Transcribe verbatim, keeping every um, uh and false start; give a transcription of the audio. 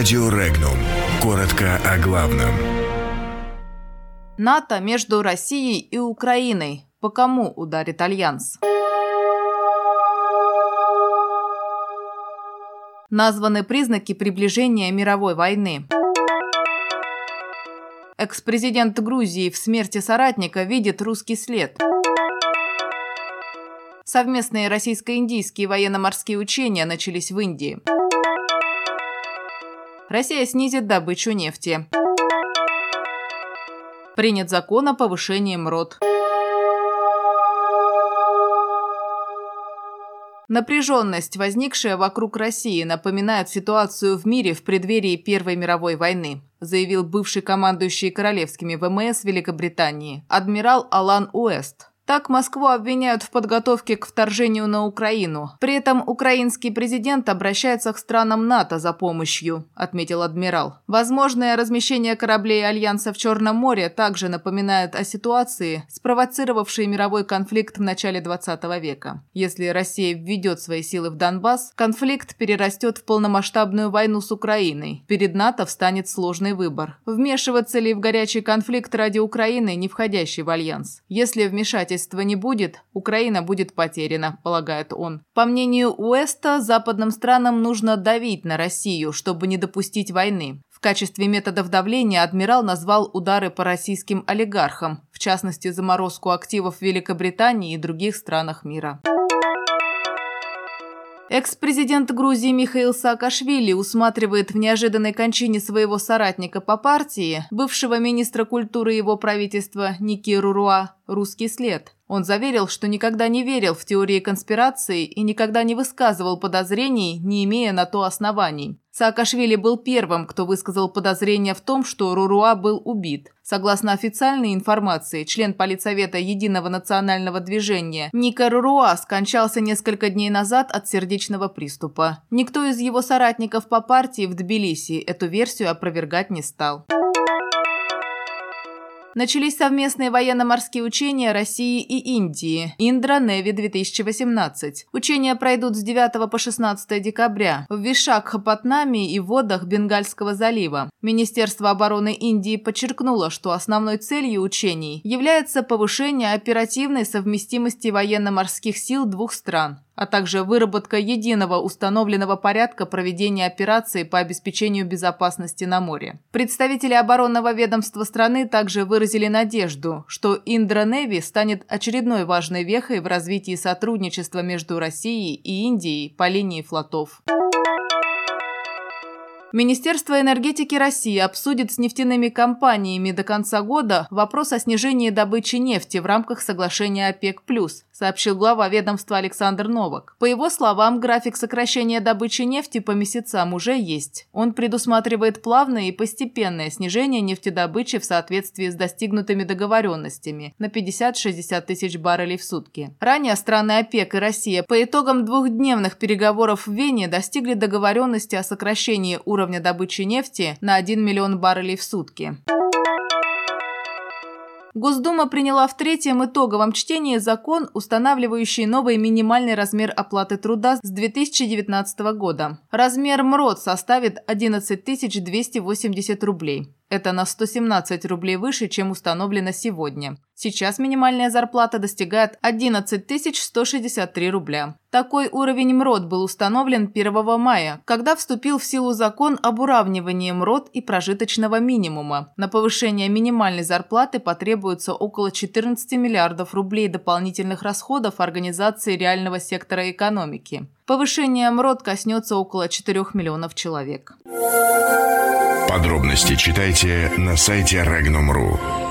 Радио Регнум. Коротко о главном. НАТО между Россией и Украиной. По кому ударит Альянс? Названы признаки приближения мировой войны. Экс-президент Грузии в смерти соратника видит русский след. Совместные российско-индийские военно-морские учения начались в Индии. Россия снизит добычу нефти. Принят закон о повышении МРОТ. Напряженность, возникшая вокруг России, напоминает ситуацию в мире в преддверии Первой мировой войны, заявил бывший командующий королевскими ВМС Великобритании адмирал Алан Уэст. Так Москву обвиняют в подготовке к вторжению на Украину. При этом украинский президент обращается к странам НАТО за помощью, отметил адмирал. Возможное размещение кораблей Альянса в Черном море также напоминает о ситуации, спровоцировавшей мировой конфликт в начале двадцатого века. Если Россия введет свои силы в Донбасс, конфликт перерастет в полномасштабную войну с Украиной. Перед НАТО встанет сложный выбор. Вмешиваться ли в горячий конфликт ради Украины, не входящий в Альянс? Если вмешательство не будет, Украина будет потеряна, полагает он. По мнению Уэста, западным странам нужно давить на Россию, чтобы не допустить войны. В качестве методов давления адмирал назвал удары по российским олигархам, в частности заморозку активов в Великобритании и других странах мира. Экс-президент Грузии Михаил Саакашвили усматривает в неожиданной кончине своего соратника по партии, бывшего министра культуры его правительства Ники Руруа, русский след. Он заверил, что никогда не верил в теории конспирации и никогда не высказывал подозрений, не имея на то оснований. Саакашвили был первым, кто высказал подозрение в том, что Руруа был убит. Согласно официальной информации, член Политсовета Единого национального движения Ника Руруа скончался несколько дней назад от сердечного приступа. Никто из его соратников по партии в Тбилиси эту версию опровергать не стал. Начались совместные военно-морские учения России и Индии «Индра-Неви две тысячи восемнадцать». Учения пройдут с девятого по шестнадцатое декабря в Вишакхапатнаме и водах Бенгальского залива. Министерство обороны Индии подчеркнуло, что основной целью учений является повышение оперативной совместимости военно-морских сил двух стран, а также выработка единого установленного порядка проведения операций по обеспечению безопасности на море. Представители оборонного ведомства страны также выразили надежду, что Индра-Неви станет очередной важной вехой в развитии сотрудничества между Россией и Индией по линии флотов. Министерство энергетики России обсудит с нефтяными компаниями до конца года вопрос о снижении добычи нефти в рамках соглашения ОПЕК+, сообщил глава ведомства Александр Новак. По его словам, график сокращения добычи нефти по месяцам уже есть. Он предусматривает плавное и постепенное снижение нефтедобычи в соответствии с достигнутыми договоренностями на пятьдесят-шестьдесят тысяч баррелей в сутки. Ранее страны ОПЕК и Россия по итогам двухдневных переговоров в Вене достигли договоренности о сокращении уровня уровня добычи нефти на один миллион баррелей в сутки. Госдума приняла в третьем итоговом чтении закон, устанавливающий новый минимальный размер оплаты труда с две тысячи девятнадцатого года. Размер МРОТ составит одиннадцать тысяч двести восемьдесят рублей. Это на сто семнадцать рублей выше, чем установлено сегодня. Сейчас минимальная зарплата достигает одиннадцать тысяч сто шестьдесят три рубля. Такой уровень МРОТ был установлен первого мая, когда вступил в силу закон об уравнивании МРОТ и прожиточного минимума. На повышение минимальной зарплаты потребуется около четырнадцати миллиардов рублей дополнительных расходов организации реального сектора экономики. Повышение МРОТ коснется около четырёх миллионов человек. Подробности читайте на сайте регнум точка ру.